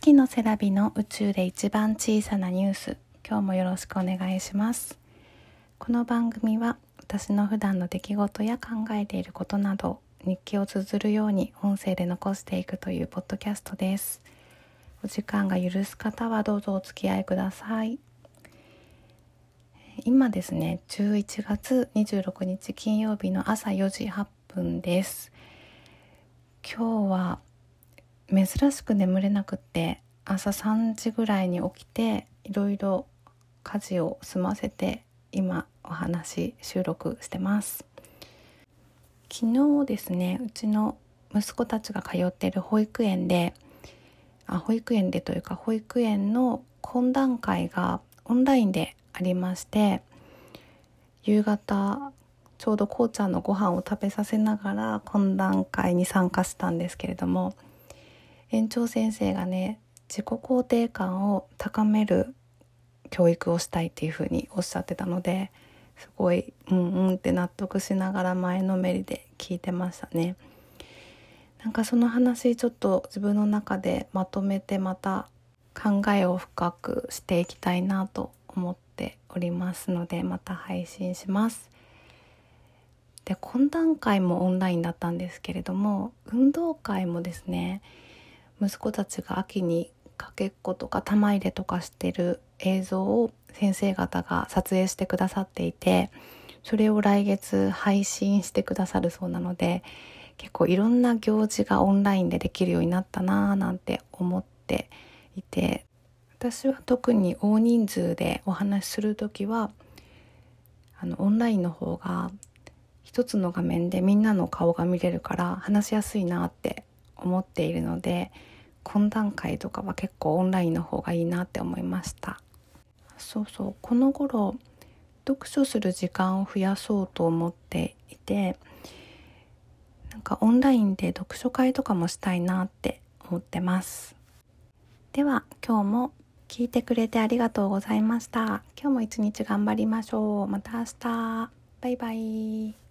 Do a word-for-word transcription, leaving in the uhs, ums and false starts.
月のセラビの宇宙で一番小さなニュース、今日もよろしくお願いします。この番組は私の普段の出来事や考えていることなど日記を綴るように音声で残していくというポッドキャストです。お時間が許す方はどうぞお付き合いください。今ですね、じゅういちがつにじゅうろくにち金曜日の朝よじはっぷんです。今日は珍しく眠れなくって朝さんじぐらいに起きていろいろ家事を済ませて今お話収録してます。昨日ですね、うちの息子たちが通っている保育園であ保育園でというか保育園の懇談会がオンラインでありまして、夕方ちょうどこうちゃんのご飯を食べさせながら懇談会に参加したんですけれども、園長先生がね、自己肯定感を高める教育をしたいっていうふうにおっしゃってたので、すごいうんうんって納得しながら前のめりで聞いてましたね。なんかその話ちょっと自分の中でまとめてまた考えを深くしていきたいなと思っておりますので、また配信します。で、懇談会もオンラインだったんですけれども、運動会もですね、息子たちが秋にかけっことか玉入れとかしてる映像を先生方が撮影してくださっていて、それを来月配信してくださるそうなので、結構いろんな行事がオンラインでできるようになったなぁなんて思っていて、私は特に大人数でお話しするときはあのオンラインの方が一つの画面でみんなの顔が見れるから話しやすいなって思っているので、懇談会とかは結構オンラインの方がいいなって思いました。そうそう、この頃読書する時間を増やそうと思っていて、なんかオンラインで読書会とかもしたいなって思ってます。では今日も聞いてくれてありがとうございました。今日も一日頑張りましょう。また明日。バイバイ。